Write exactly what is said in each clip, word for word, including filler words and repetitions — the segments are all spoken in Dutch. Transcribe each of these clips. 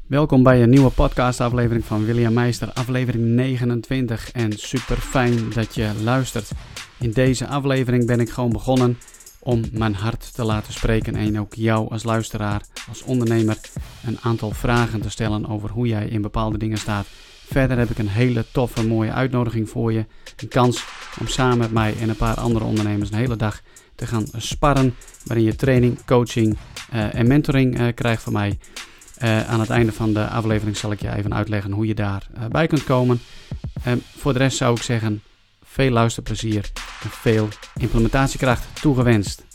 Welkom bij een nieuwe podcastaflevering van William Meister, aflevering negenentwintig en super fijn dat je luistert. In deze aflevering ben ik gewoon begonnen om mijn hart te laten spreken en ook jou als luisteraar, als ondernemer, een aantal vragen te stellen over hoe jij in bepaalde dingen staat. Verder heb ik een hele toffe, mooie uitnodiging voor je. Een kans om samen met mij en een paar andere ondernemers een hele dag te gaan sparren, waarin je training, coaching uh, en mentoring uh, krijgt van mij. Uh, aan het einde van de aflevering zal ik je even uitleggen hoe je daarbij uh, bij kunt komen. Uh, voor de rest zou ik zeggen, veel luisterplezier en veel implementatiekracht toegewenst.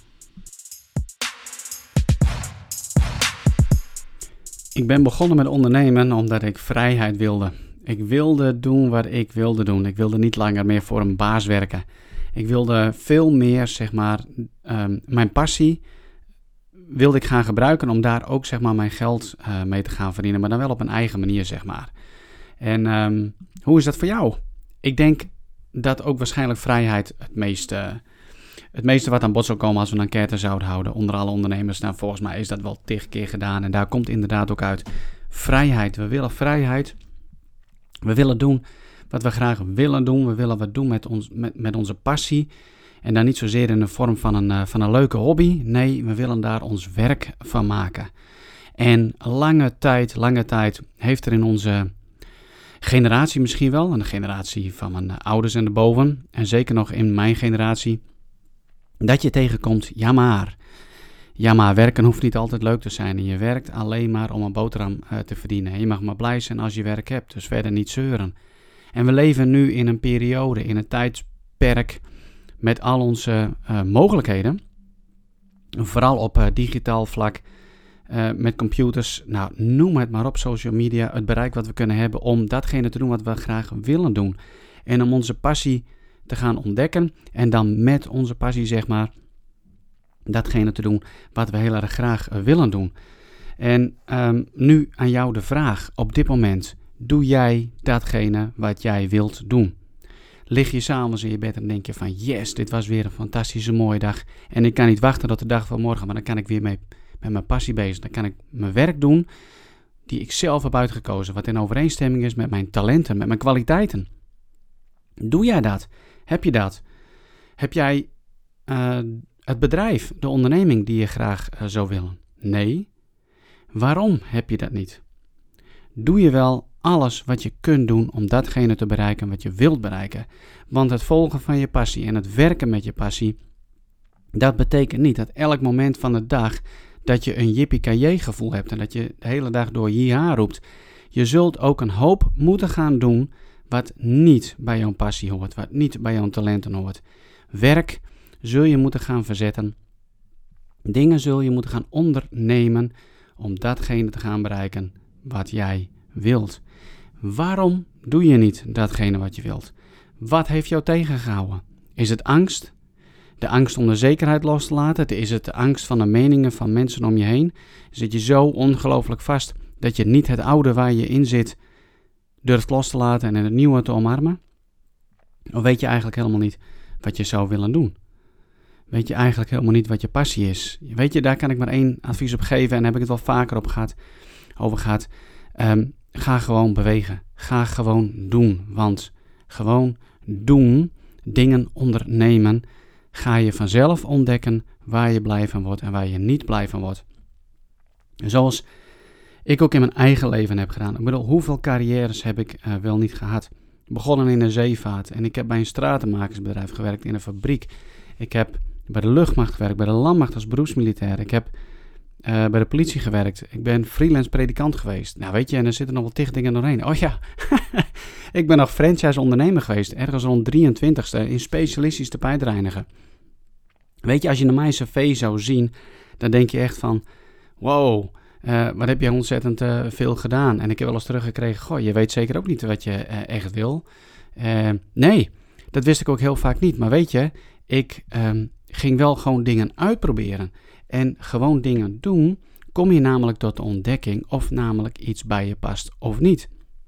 Ik ben begonnen met ondernemen omdat ik vrijheid wilde. Ik wilde doen wat ik wilde doen. Ik wilde niet langer meer voor een baas werken. Ik wilde veel meer, zeg maar, um, mijn passie wilde ik gaan gebruiken om daar ook, zeg maar, mijn geld uh, mee te gaan verdienen. Maar dan wel op een eigen manier, zeg maar. En um, hoe is dat voor jou? Ik denk dat ook waarschijnlijk vrijheid het meeste, het meeste wat aan bod zou komen als we een enquête zouden houden onder alle ondernemers. Nou, volgens mij is dat wel tig keer gedaan. En daar komt inderdaad ook uit vrijheid. We willen vrijheid. We willen doen wat we graag willen doen. We willen wat doen met, ons, met, met onze passie. En dan niet zozeer in de vorm van een, uh, van een leuke hobby. Nee, we willen daar ons werk van maken. En lange tijd, lange tijd heeft er in onze generatie misschien wel, en de generatie van mijn ouders en erboven, en zeker nog in mijn generatie, dat je tegenkomt, ja maar. Ja maar, werken hoeft niet altijd leuk te zijn. En je werkt alleen maar om een boterham uh, te verdienen. En je mag maar blij zijn als je werk hebt, dus verder niet zeuren. En we leven nu in een periode, in een tijdsperk, met al onze uh, mogelijkheden, vooral op uh, digitaal vlak, uh, met computers, nou noem het maar op, social media, het bereik wat we kunnen hebben om datgene te doen wat we graag willen doen. En om onze passie te gaan ontdekken en dan met onze passie, zeg maar, datgene te doen wat we heel erg graag uh, willen doen. En um, nu aan jou de vraag, op dit moment, doe jij datgene wat jij wilt doen? Lig je s'avonds in je bed en denk je van yes, dit was weer een fantastische mooie dag. En ik kan niet wachten tot de dag van morgen, want dan kan ik weer mee, met mijn passie bezig. Dan kan ik mijn werk doen die ik zelf heb uitgekozen. Wat in overeenstemming is met mijn talenten, met mijn kwaliteiten. Doe jij dat? Heb je dat? Heb jij uh, het bedrijf, de onderneming die je graag uh, zou willen? Nee. Waarom heb je dat niet? Doe je wel alles wat je kunt doen om datgene te bereiken wat je wilt bereiken. Want het volgen van je passie en het werken met je passie, dat betekent niet dat elk moment van de dag dat je een yippie-ki-yay gevoel hebt en dat je de hele dag door ja roept. Je zult ook een hoop moeten gaan doen wat niet bij jouw passie hoort, wat niet bij jouw talenten hoort. Werk zul je moeten gaan verzetten. Dingen zul je moeten gaan ondernemen om datgene te gaan bereiken wat jij wilt. Waarom doe je niet datgene wat je wilt? Wat heeft jou tegengehouden? Is het angst? De angst om de zekerheid los te laten? Is het de angst van de meningen van mensen om je heen? Zit je zo ongelooflijk vast dat je niet het oude waar je in zit durft los te laten en het nieuwe te omarmen? Of weet je eigenlijk helemaal niet wat je zou willen doen? Weet je eigenlijk helemaal niet wat je passie is? Weet je, daar kan ik maar één advies op geven en daar heb ik het wel vaker op gehad, over gehad. Um, ga gewoon bewegen. Ga gewoon doen. Want gewoon doen, dingen ondernemen, ga je vanzelf ontdekken waar je blij van wordt en waar je niet blij van wordt. Zoals ik ook in mijn eigen leven heb gedaan. Ik bedoel, hoeveel carrières heb ik uh, wel niet gehad? Begonnen in de zeevaart en ik heb bij een stratenmakersbedrijf gewerkt in een fabriek. Ik heb bij de luchtmacht gewerkt, bij de landmacht als beroepsmilitair. Ik heb Uh, bij de politie gewerkt. Ik ben freelance predikant geweest. Nou weet je, en er zitten nog wel tig dingen doorheen. Oh ja, ik ben nog franchise ondernemer geweest. Ergens rond drieëntwintigste in specialistisch tapijtreinigen. Weet je, als je naar mijn cv zou zien, dan denk je echt van, wow, uh, wat heb je ontzettend uh, veel gedaan. En ik heb wel eens teruggekregen, goh, je weet zeker ook niet wat je uh, echt wil. Uh, nee, dat wist ik ook heel vaak niet. Maar weet je, ik um, ging wel gewoon dingen uitproberen. En gewoon dingen doen, kom je namelijk tot de ontdekking of namelijk iets bij je past of niet.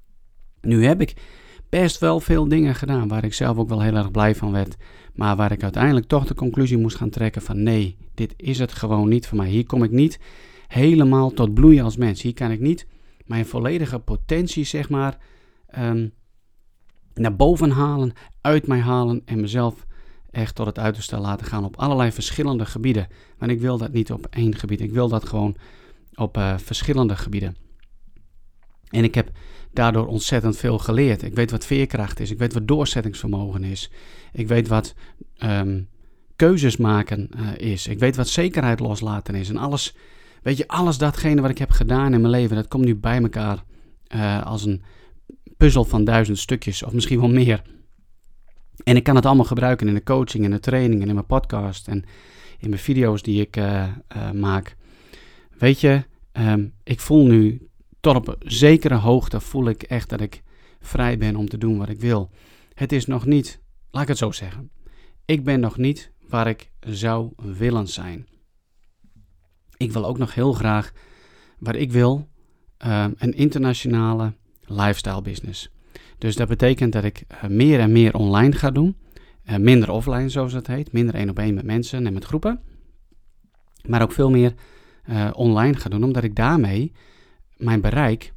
Nu heb ik best wel veel dingen gedaan waar ik zelf ook wel heel erg blij van werd. Maar waar ik uiteindelijk toch de conclusie moest gaan trekken van nee, dit is het gewoon niet voor mij. Hier kom ik niet helemaal tot bloeien als mens. Hier kan ik niet mijn volledige potentie, zeg maar, um, naar boven halen, uit mij halen en mezelf echt tot het uiterste laten gaan op allerlei verschillende gebieden. Want ik wil dat niet op één gebied, ik wil dat gewoon op uh, verschillende gebieden. En ik heb daardoor ontzettend veel geleerd. Ik weet wat veerkracht is, ik weet wat doorzettingsvermogen is, ik weet wat um, keuzes maken uh, is, ik weet wat zekerheid loslaten is en alles, weet je, alles datgene wat ik heb gedaan in mijn leven, dat komt nu bij elkaar uh, als een puzzel van duizend stukjes of misschien wel meer. En ik kan het allemaal gebruiken in de coaching, in de training en in mijn podcast en in mijn video's die ik uh, uh, maak. Weet je, um, ik voel nu tot op een zekere hoogte voel ik echt dat ik vrij ben om te doen wat ik wil. Het is nog niet, laat ik het zo zeggen, ik ben nog niet waar ik zou willen zijn. Ik wil ook nog heel graag, waar ik wil, uh, een internationale lifestyle business. Dus dat betekent dat ik uh, meer en meer online ga doen. Uh, minder offline, zoals het heet. Minder één op één met mensen en met groepen. Maar ook veel meer uh, online ga doen, omdat ik daarmee mijn bereik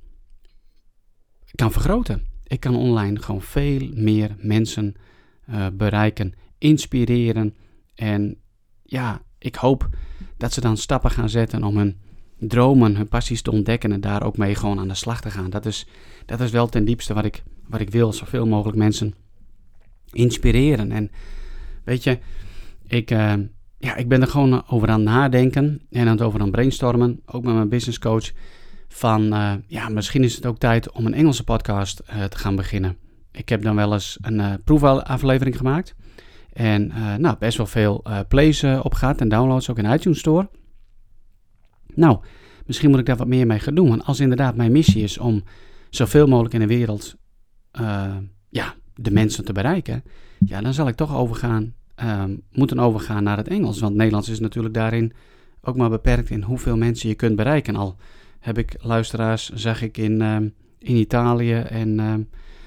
kan vergroten. Ik kan online gewoon veel meer mensen uh, bereiken, inspireren. En ja, ik hoop dat ze dan stappen gaan zetten om hun dromen, hun passies te ontdekken en daar ook mee gewoon aan de slag te gaan. Dat is, dat is wel ten diepste wat ik, wat ik wil, zoveel mogelijk mensen inspireren. En weet je, ik, uh, ja, ik ben er gewoon over aan het nadenken en aan het over aan het brainstormen, ook met mijn business coach, van uh, ja, misschien is het ook tijd om een Engelse podcast uh, te gaan beginnen. Ik heb dan wel eens een uh, proefaflevering gemaakt en uh, nou, best wel veel uh, plays uh, op gehad en downloads ook in iTunes Store. Nou, misschien moet ik daar wat meer mee gaan doen. Want als inderdaad mijn missie is om zoveel mogelijk in de wereld uh, ja, de mensen te bereiken, ja, dan zal ik toch overgaan, uh, moeten overgaan naar het Engels. Want Nederlands is natuurlijk daarin ook maar beperkt in hoeveel mensen je kunt bereiken. Al heb ik luisteraars, zag ik in, uh, in Italië en uh,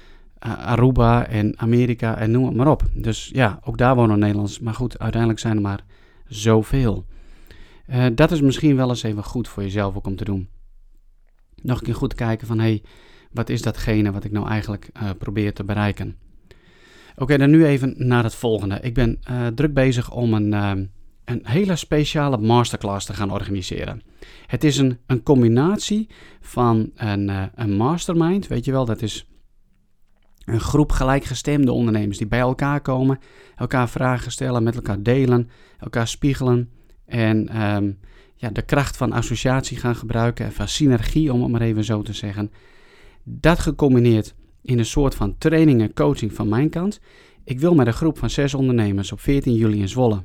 Aruba en Amerika en noem het maar op. Dus ja, ook daar wonen Nederlands. Maar goed, uiteindelijk zijn er maar zoveel. Uh, dat is misschien wel eens even goed voor jezelf ook om te doen. Nog een keer goed kijken van, hé, hey, wat is datgene wat ik nou eigenlijk uh, probeer te bereiken? Oké, okay, dan nu even naar het volgende. Ik ben uh, druk bezig om een, uh, een hele speciale masterclass te gaan organiseren. Het is een, een combinatie van een, uh, een mastermind, weet je wel, dat is een groep gelijkgestemde ondernemers die bij elkaar komen, elkaar vragen stellen, met elkaar delen, elkaar spiegelen. En um, ja, de kracht van associatie gaan gebruiken en van synergie, om het maar even zo te zeggen. Dat gecombineerd in een soort van training en coaching van mijn kant. Ik wil met een groep van zes ondernemers op veertien juli in Zwolle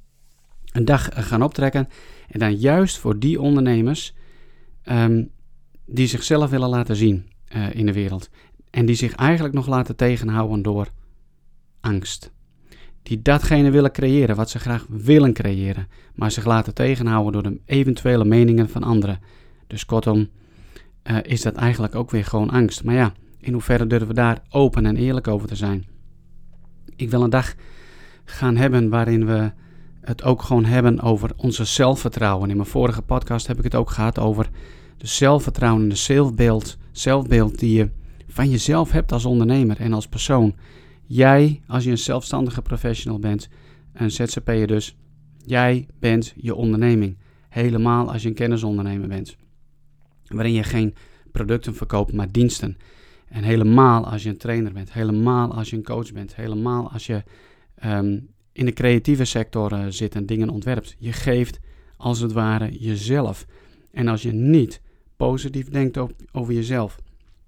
een dag gaan optrekken. En dan juist voor die ondernemers um, die zichzelf willen laten zien uh, in de wereld. En die zich eigenlijk nog laten tegenhouden door angst. Die datgene willen creëren wat ze graag willen creëren, maar zich laten tegenhouden door de eventuele meningen van anderen. Dus kortom, uh, is dat eigenlijk ook weer gewoon angst. Maar ja, in hoeverre durven we daar open en eerlijk over te zijn? Ik wil een dag gaan hebben waarin we het ook gewoon hebben over onze zelfvertrouwen. In mijn vorige podcast heb ik het ook gehad over de zelfvertrouwen en de zelfbeeld, zelfbeeld die je van jezelf hebt als ondernemer en als persoon. Jij, als je een zelfstandige professional bent, een Z Z P'er dus, jij bent je onderneming. Helemaal als je een kennisondernemer bent. Waarin je geen producten verkoopt, maar diensten. En helemaal als je een trainer bent. Helemaal als je een coach bent. Helemaal als je um, in de creatieve sector uh, zit en dingen ontwerpt. Je geeft als het ware jezelf. En als je niet positief denkt op, over jezelf,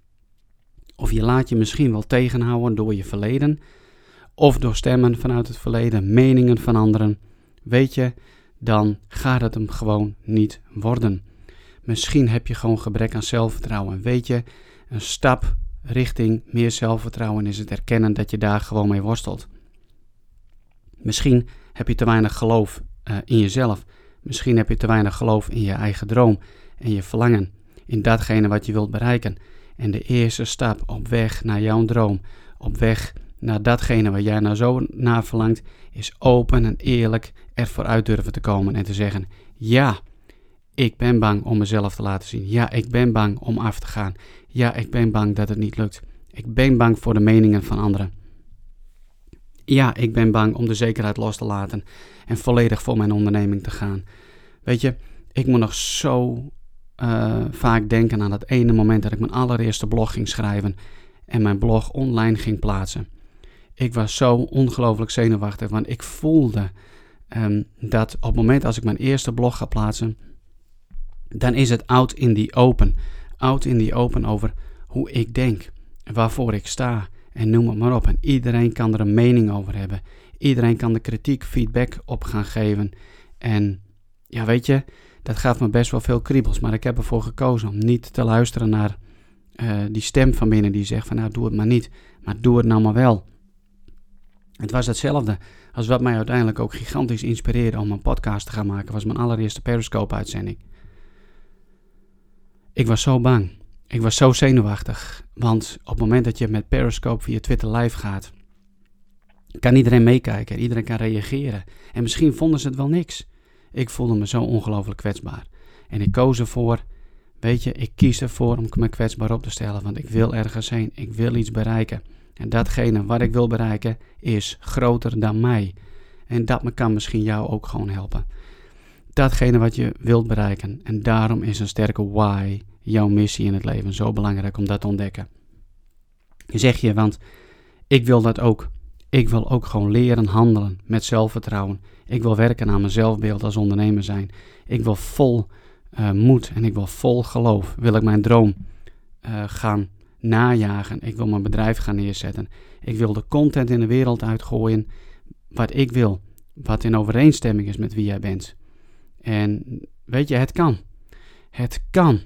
of je laat je misschien wel tegenhouden door je verleden, of door stemmen vanuit het verleden, meningen van anderen, weet je, dan gaat het hem gewoon niet worden. Misschien heb je gewoon gebrek aan zelfvertrouwen. Weet je, een stap richting meer zelfvertrouwen is het erkennen dat je daar gewoon mee worstelt. Misschien heb je te weinig geloof uh, in jezelf. Misschien heb je te weinig geloof in je eigen droom en je verlangen, in datgene wat je wilt bereiken. En de eerste stap op weg naar jouw droom, op weg naar datgene waar jij nou zo naar verlangt, is open en eerlijk ervoor uit durven te komen en te zeggen, ja, ik ben bang om mezelf te laten zien. Ja, ik ben bang om af te gaan. Ja, ik ben bang dat het niet lukt. Ik ben bang voor de meningen van anderen. Ja, ik ben bang om de zekerheid los te laten en volledig voor mijn onderneming te gaan. Weet je, ik moet nog zo uh, vaak denken aan dat ene moment dat ik mijn allereerste blog ging schrijven en mijn blog online ging plaatsen. Ik was zo ongelooflijk zenuwachtig, want ik voelde um, dat op het moment als ik mijn eerste blog ga plaatsen, dan is het out in the open. Out in the open over hoe ik denk, waarvoor ik sta en noem het maar op. En iedereen kan er een mening over hebben. Iedereen kan de kritiek, feedback op gaan geven. En ja, weet je, dat gaf me best wel veel kriebels. Maar ik heb ervoor gekozen om niet te luisteren naar uh, die stem van binnen die zegt van nou, doe het maar niet. Maar doe het nou maar wel. Het was hetzelfde als wat mij uiteindelijk ook gigantisch inspireerde om een podcast te gaan maken. Was mijn allereerste Periscope-uitzending. Ik was zo bang. Ik was zo zenuwachtig. Want op het moment dat je met Periscope via Twitter live gaat, kan iedereen meekijken. Iedereen kan reageren. En misschien vonden ze het wel niks. Ik voelde me zo ongelooflijk kwetsbaar. En ik koos ervoor, weet je, ik kies ervoor om me kwetsbaar op te stellen. Want ik wil ergens heen. Ik wil iets bereiken. En datgene wat ik wil bereiken is groter dan mij. En dat kan misschien jou ook gewoon helpen. Datgene wat je wilt bereiken. En daarom is een sterke why, jouw missie in het leven, zo belangrijk om dat te ontdekken. Zeg je, want ik wil dat ook. Ik wil ook gewoon leren handelen met zelfvertrouwen. Ik wil werken aan mijn zelfbeeld als ondernemer zijn. Ik wil vol uh, moed en ik wil vol geloof. Wil ik mijn droom uh, gaan najagen. Ik wil mijn bedrijf gaan neerzetten. Ik wil de content in de wereld uitgooien wat ik wil. Wat in overeenstemming is met wie jij bent. En weet je, het kan. Het kan.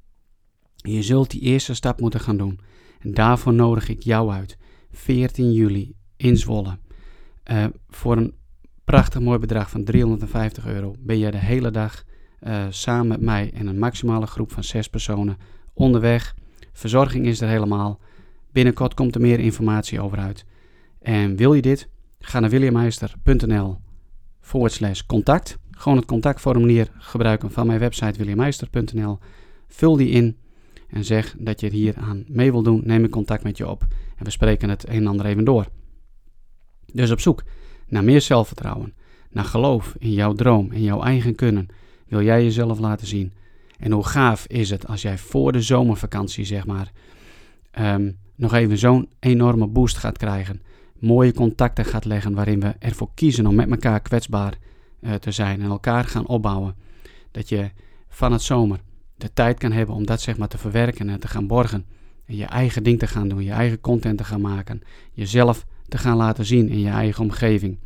Je zult die eerste stap moeten gaan doen. En daarvoor nodig ik jou uit. veertien juli in Zwolle. Uh, voor een prachtig mooi bedrag van driehonderdvijftig euro ben je de hele dag uh, samen met mij en een maximale groep van zes personen onderweg. Verzorging is er helemaal. Binnenkort komt er meer informatie over uit. En wil je dit? Ga naar williammeister.nl forward slash contact. Gewoon het contactformulier gebruiken van mijn website williammeister punt n l. Vul die in en zeg dat je hier aan mee wil doen. Neem ik contact met je op en we spreken het een en ander even door. Dus op zoek naar meer zelfvertrouwen, naar geloof in jouw droom en jouw eigen kunnen. Wil jij jezelf laten zien? En hoe gaaf is het als jij voor de zomervakantie, zeg maar, um, nog even zo'n enorme boost gaat krijgen. Mooie contacten gaat leggen waarin we ervoor kiezen om met elkaar kwetsbaar uh, te zijn en elkaar gaan opbouwen. Dat je van het zomer de tijd kan hebben om dat zeg maar te verwerken en te gaan borgen. En je eigen ding te gaan doen, je eigen content te gaan maken. Jezelf te gaan laten zien in je eigen omgeving.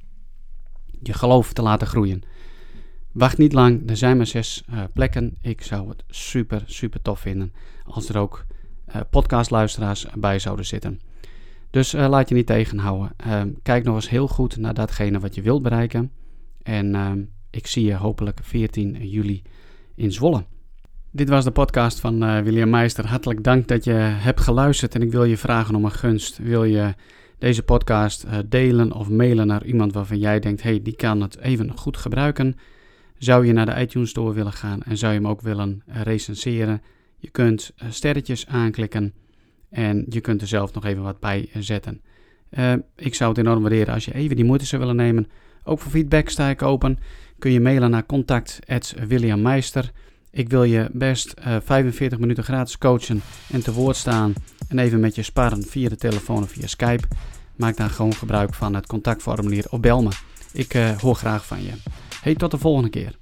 Je geloof te laten groeien. Wacht niet lang, er zijn maar zes uh, plekken. Ik zou het super, super tof vinden als er ook uh, podcastluisteraars bij zouden zitten. Dus uh, laat je niet tegenhouden. Uh, kijk nog eens heel goed naar datgene wat je wilt bereiken. En uh, ik zie je hopelijk veertien juli in Zwolle. Dit was de podcast van uh, William Meister. Hartelijk dank dat je hebt geluisterd en ik wil je vragen om een gunst. Wil je deze podcast uh, delen of mailen naar iemand waarvan jij denkt, hey, die kan het even goed gebruiken? Zou je naar de iTunes Store willen gaan en zou je hem ook willen uh, recenseren? Je kunt uh, sterretjes aanklikken en je kunt er zelf nog even wat bij uh, zetten. Uh, ik zou het enorm waarderen als je even die moeite zou willen nemen. Ook voor feedback sta ik open. Kun je mailen naar contact apenstaartje williammeister. Ik wil je best uh, vijfenveertig minuten gratis coachen en te woord staan en even met je sparren via de telefoon of via Skype. Maak dan gewoon gebruik van het contactformulier of bel me. Ik uh, hoor graag van je. Hey, tot de volgende keer.